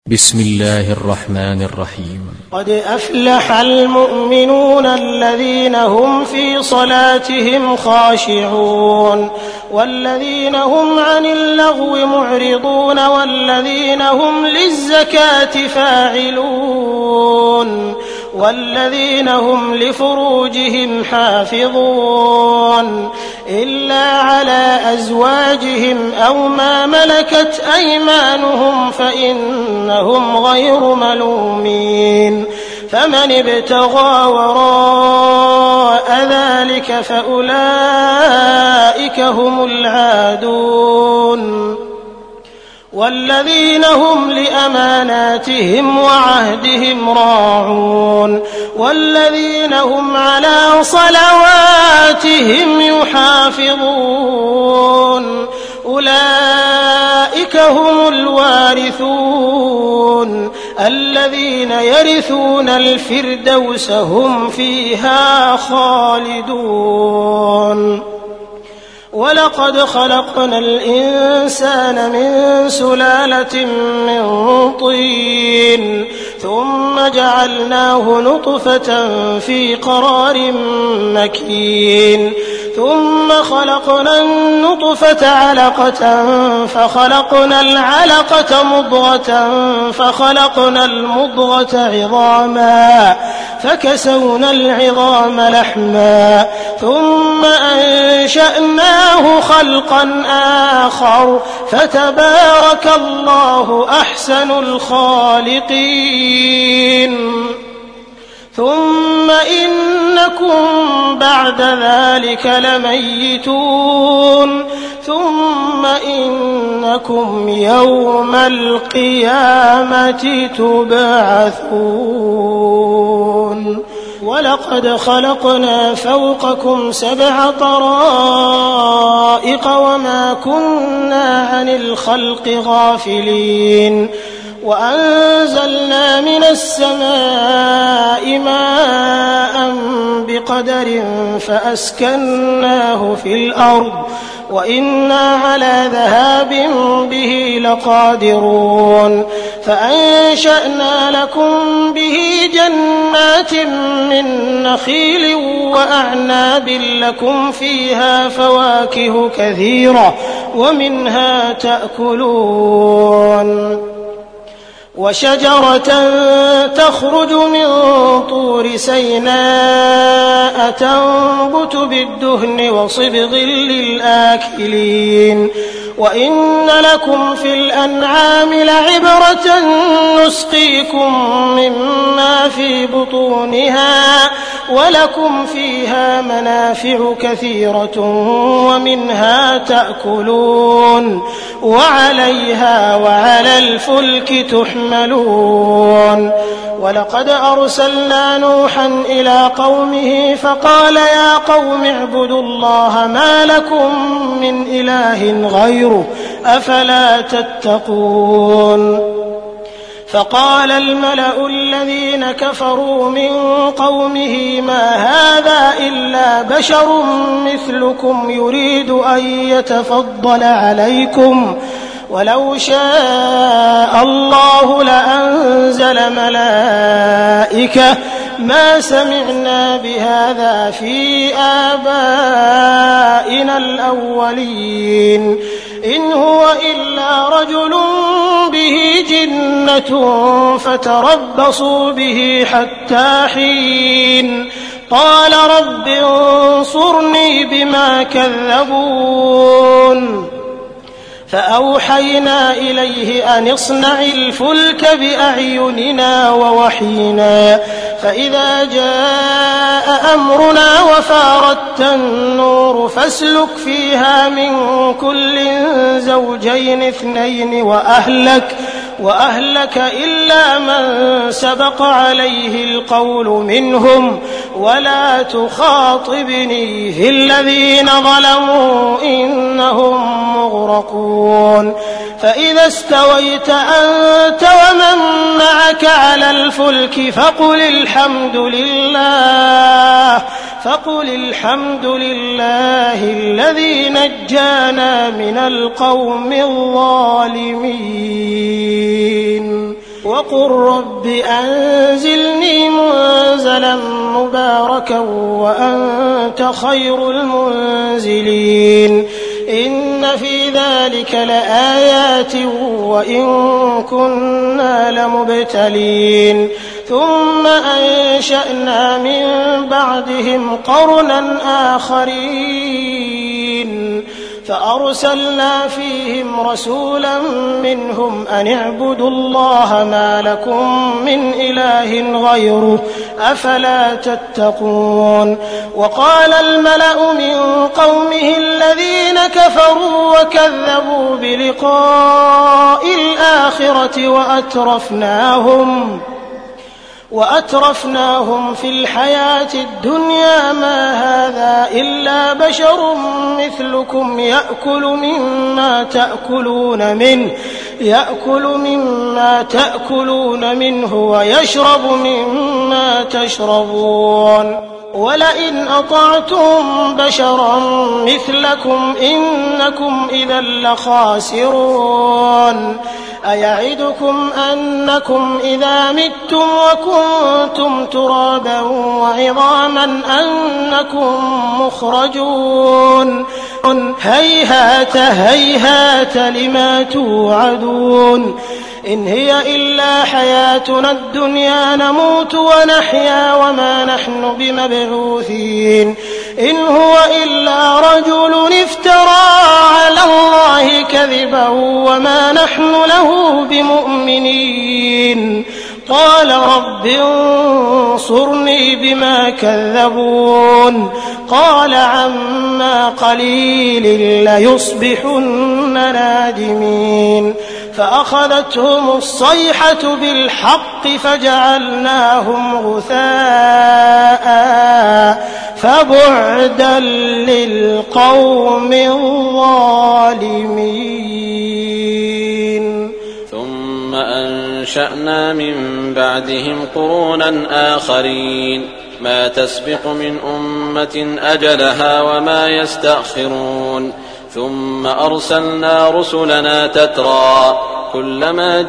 بسم الله الرحمن الرحيم. قد أفلح المؤمنون الذين هم في صلاتهم خاشعون والذين هم عن اللغو معرضون والذين هم للزكاة فاعلون والذين هم لفروجهم حافظون إلا على أزواجهم أو ما ملكت أيمانهم فإنهم غير ملومين فمن ابتغى وراء ذلك فأولئك هم العادون والذين هم لأماناتهم وعهدهم راعون والذين هم على صلواتهم يحافظون أولئك هم الوارثون الذين يرثون الفردوس هم فيها خالدون. ولقد خلقنا الإنسان من سلالة من طين ثم جعلناه نطفة في قرار مكين ثم خلقنا النطفة علقة فخلقنا العلقة مضغة فخلقنا المضغة عظاما فكسونا العظام لحما ثم أنشأناه خلقا آخر فتبارك الله أحسن الخالقين. ثم إنكم بعد ذلك لميتون ثم إنكم يوم القيامة تبعثون. ولقد خلقنا فوقكم 7 طرائق وما كنا عن الخلق غافلين وأنزلنا من السماء ماء بقدر فأسكناه في الأرض وإنا على ذهاب به لقادرون فأنشأنا لكم به جنات من نخيل وأعناب لكم فيها فواكه كثيرة ومنها تأكلون وشجرة تخرج من طور سيناء تنبت بالدهن وصبغ للآكلين وإن لكم في الأنعام لعبرة نسقيكم مما في بطونها ولكم فيها منافع كثيرة ومنها تأكلون وعليها وعلى الفلك تحملون. ولقد أرسلنا نوحا إلى قومه فقال يا قوم اعبدوا الله ما لكم من إله غيره أفلا تتقون. فقال الملأ الذين كفروا من قومه ما هذا إلا بشر مثلكم يريد أن يتفضل عليكم ولو شاء الله لأنزل ملائكة ما سمعنا بهذا في آبائنا الأولين إن هو إلا رجل به جنة فتربصوا به حتى حين. قال رب انصرني بما كذبون. فأوحينا إليه أن اصنع الفلك بأعيننا ووحينا فإذا جاء أمرنا وفارت النور فاسلك فيها من كل زوجين 2 وأهلك إلا من سبق عليه القول منهم ولا تخاطبني في الذين ظلموا إنهم مغرقون. فإذا استويت أنت ومن معك على الفلك فقل الحمد لله الذي نجانا من القوم الظالمين. وقل رب أنزلني منزلا مباركا وأنت خير المنزلين إن في ذلك لآيات وإن كنا لمبتلين ثم أنشأنا من بعدهم قرنا آخرين فأرسلنا فيهم رسولا منهم أن اعبدوا الله ما لكم من إله غيره أفلا تتقون وقال الملأ من قومه الذين كفروا وكذبوا بلقاء الآخرة وأترفناهم في الحياة الدنيا ما هذا إلا بشر مثلكم يأكل مما تأكلون منه ويشرب مما تشربون ولئن أطعتم بشرا مثلكم إنكم إذا لخاسرون أيعدكم أنكم إذا متم وكنتم ترابا وعظاما أنكم مخرجون هيهات هيهات لما توعدون إن هي إلا حياتنا الدنيا نموت ونحيا وما نحن بمبعوثين إن هو إلا رجل افترى على الله كذبا وما نحن له بمؤمنين قال رب انصرني بما كذبون قال عما قليل ليصبحن نادمين فأخذتهم الصيحة بالحق فجعلناهم غثاء فبعدا للقوم الظالمين ثم أنشأنا من بعدهم قرونا آخرين ما تسبق من أمة أجلها وما يستأخرون ثم أرسلنا رسلنا تترى كلما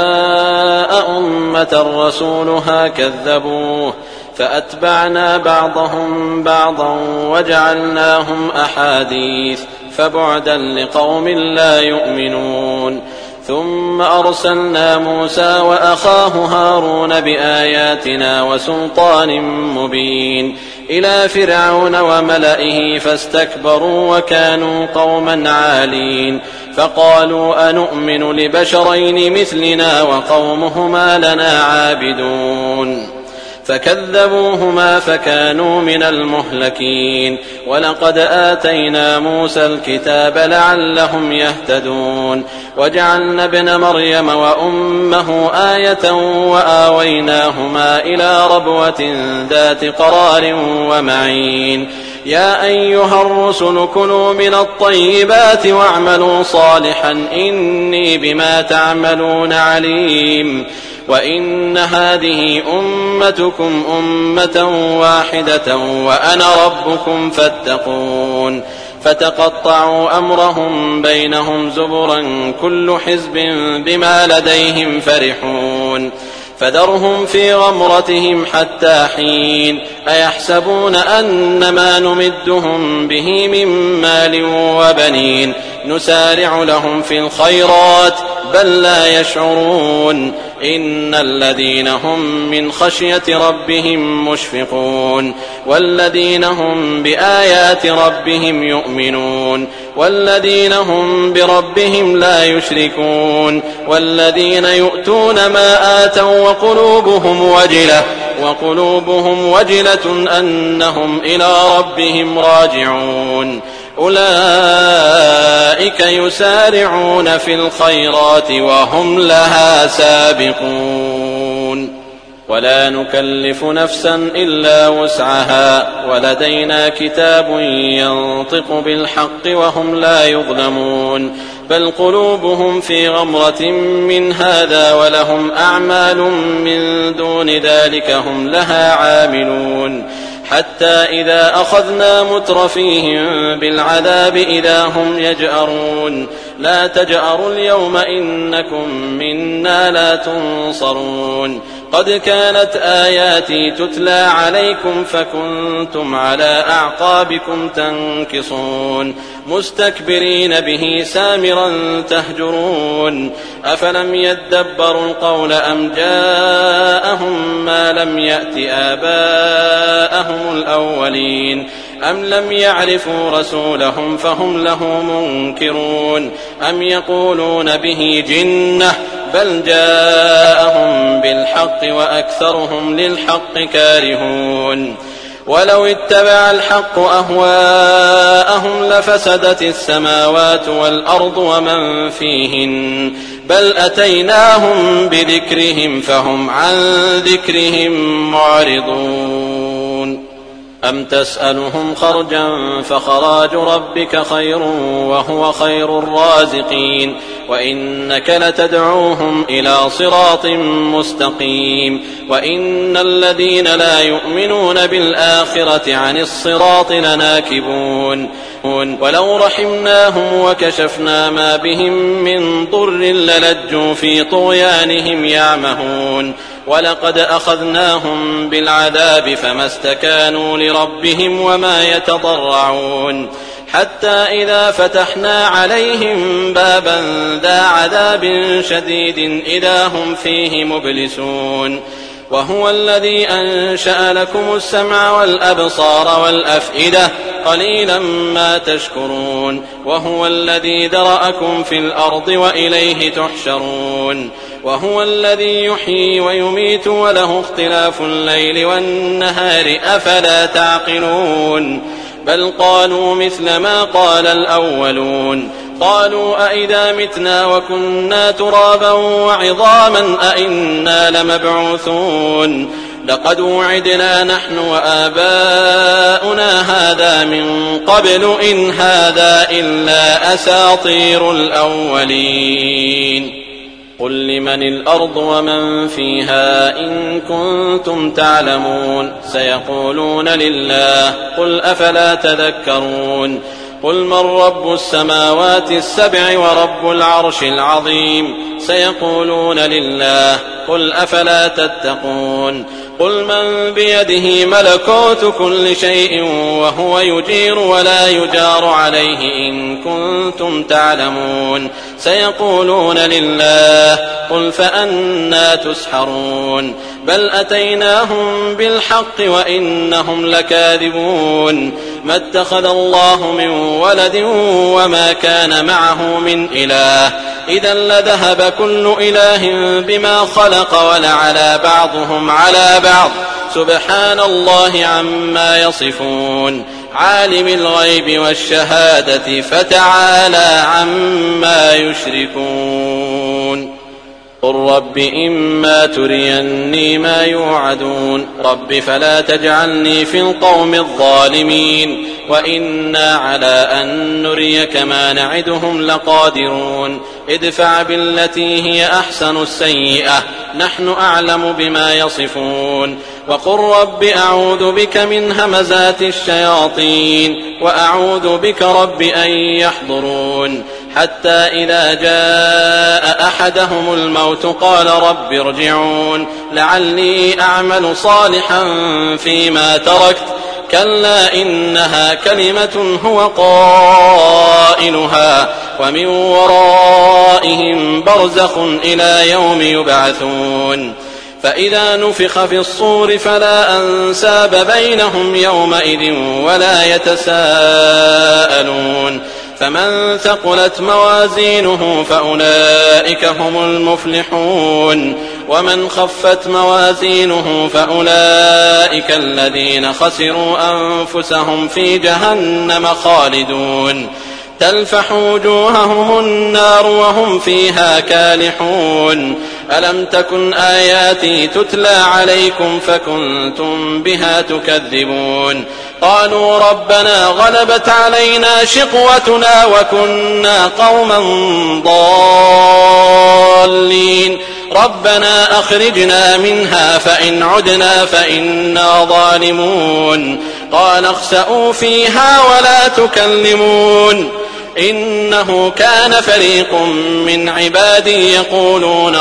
جاء أمة رسولها كذبوه فأتبعنا بعضهم بعضا وجعلناهم أحاديث فبعدا لقوم لا يؤمنون ثم أرسلنا موسى وأخاه هارون بآياتنا وسلطان مبين إلى فرعون وملئه فاستكبروا وكانوا قوما عالين فقالوا أنؤمن لبشرين مثلنا وقومهما لنا عابدون فكذبوهما فكانوا من المهلكين ولقد آتينا موسى الكتاب لعلهم يهتدون وجعلنا ابن مريم وأمه آية وآويناهما إلى ربوة ذات قرار ومعين يا أيها الرسل كلوا من الطيبات واعملوا صالحا إني بما تعملون عليم وإن هذه أمتكم أمة واحدة وأنا ربكم فاتقون فتقطعوا أمرهم بينهم زبرا كل حزب بما لديهم فرحون فذرهم في غمرتهم حتى حين أيحسبون أن ما نمدهم به من مال وبنين نسارع لهم في الخيرات بل لا يشعرون إن الذين هم من خشية ربهم مشفقون والذين هم بآيات ربهم يؤمنون والذين هم بربهم لا يشركون والذين يؤتون ما آتوا وقلوبهم وجلة أنهم إلى ربهم راجعون أولئك يسارعون في الخيرات وهم لها سابقون ولا نكلف نفسا إلا وسعها ولدينا كتاب ينطق بالحق وهم لا يظلمون بل قلوبهم في غمرة من هذا ولهم أعمال من دون ذلك هم لها عاملون حتى إذا أخذنا مترفيهم بالعذاب إذا هم يجأرون لا تجأروا اليوم إنكم منا لا تنصرون قد كانت آياتي تتلى عليكم فكنتم على أعقابكم تنكصون مستكبرين به سامرا تهجرون أفلم يدبروا القول أم جاءهم ما لم يأت آباءهم الأولين أم لم يعرفوا رسولهم فهم له منكرون أم يقولون به جنة بل جاءهم بالحق وأكثرهم للحق كارهون ولو اتبع الحق أهواءهم لفسدت السماوات والأرض ومن فيهن بل أتيناهم بذكرهم فهم عن ذكرهم معرضون أم تسألهم خرجا فخراج ربك خير وهو خير الرازقين وإنك لتدعوهم إلى صراط مستقيم وإن الذين لا يؤمنون بالآخرة عن الصراط لناكبون ولو رحمناهم وكشفنا ما بهم من ضر للجوا في طغيانهم يعمهون ولقد أخذناهم بالعذاب فما استكانوا لربهم وما يتضرعون حتى إذا فتحنا عليهم بابا ذا عذاب شديد إذا هم فيه مبلسون وهو الذي أنشأ لكم السمع والأبصار والأفئدة قليلا ما تشكرون وهو الذي ذرأكم في الأرض وإليه تحشرون وهو الذي يحيي ويميت وله اختلاف الليل والنهار أفلا تعقلون بل قالوا مثل ما قال الأولون قالوا أئذا متنا وكنا ترابا وعظاما أئنا لمبعوثون لقد وعدنا نحن وآباؤنا هذا من قبل إن هذا إلا أساطير الأولين قل لمن الأرض ومن فيها إن كنتم تعلمون سيقولون لله قل أفلا تذكرون قل من رب السماوات السبع ورب العرش العظيم سيقولون لله قل أفلا تتقون قل من بيده ملكوت كل شيء وهو يجير ولا يجار عليه إن كنتم تعلمون سيقولون لله قل فأنى تسحرون بل أتيناهم بالحق وإنهم لكاذبون ما اتخذ الله من ولد وما كان معه من إله إذا لذهب كل إله بما خلق ولعلى بعضهم على بعض سبحان الله عما يصفون عالم الغيب والشهادة فتعالى عما يشركون قل رب إما تريني ما يوعدون رب فلا تجعلني في القوم الظالمين وإنا على أن نريك ما نعدهم لقادرون ادفع بالتي هي أحسن السيئة نحن أعلم بما يصفون وقل رب أعوذ بك من همزات الشياطين وأعوذ بك رب أن يحضرون حتى إذا جاء أحدهم الموت قال رب ارجعون لعلي أعمل صالحا فيما تركت كلا إنها كلمة هو قائلها ومن ورائهم برزخ إلى يوم يبعثون فإذا نفخ في الصور فلا أنساب بينهم يومئذ ولا يتساءلون فمن ثقلت موازينه فأولئك هم المفلحون ومن خفت موازينه فأولئك الذين خسروا أنفسهم في جهنم خالدون تلفح وجوههم النار وهم فيها كالحون ألم تكن آياتي تتلى عليكم فكنتم بها تكذبون قالوا ربنا غلبت علينا شقوتنا وكنا قوما ضالين ربنا أخرجنا منها فإن عدنا فإنا ظالمون قال اخسئوا فيها ولا تكلمون إنه كان فريق من عبادي يقولون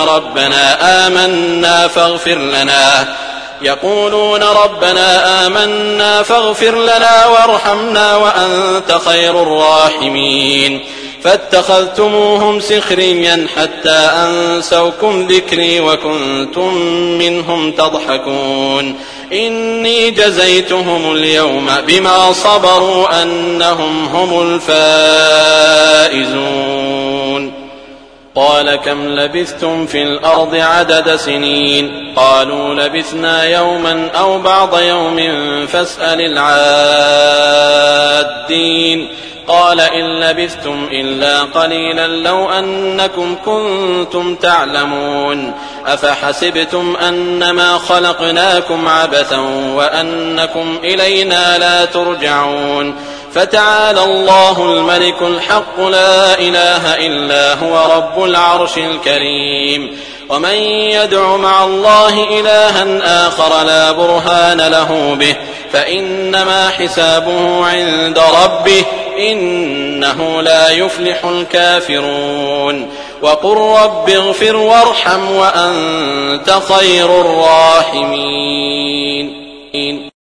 ربنا آمنا فاغفر لنا وارحمنا وأنت خير الراحمين فاتخذتموهم سخريا حتى أنسوكم ذكري وكنتم منهم تضحكون إني جزيتهم اليوم بما صبروا أنهم هم الفائزون قال كم لبثتم في الأرض عدد سنين قالوا لبثنا يوما أو بعض يوم فاسأل العادين قال إن لبثتم إلا قليلا لو أنكم كنتم تعلمون أفحسبتم أنما خلقناكم عبثا وأنكم إلينا لا ترجعون فتعالى الله الملك الحق لا إله إلا هو رب العرش الكريم ومن يدع مع الله إلها آخر لا برهان له به فإنما حسابه عند ربه إنه لا يفلح الكافرون وقل رب اغفر وارحم وأنت خير الراحمين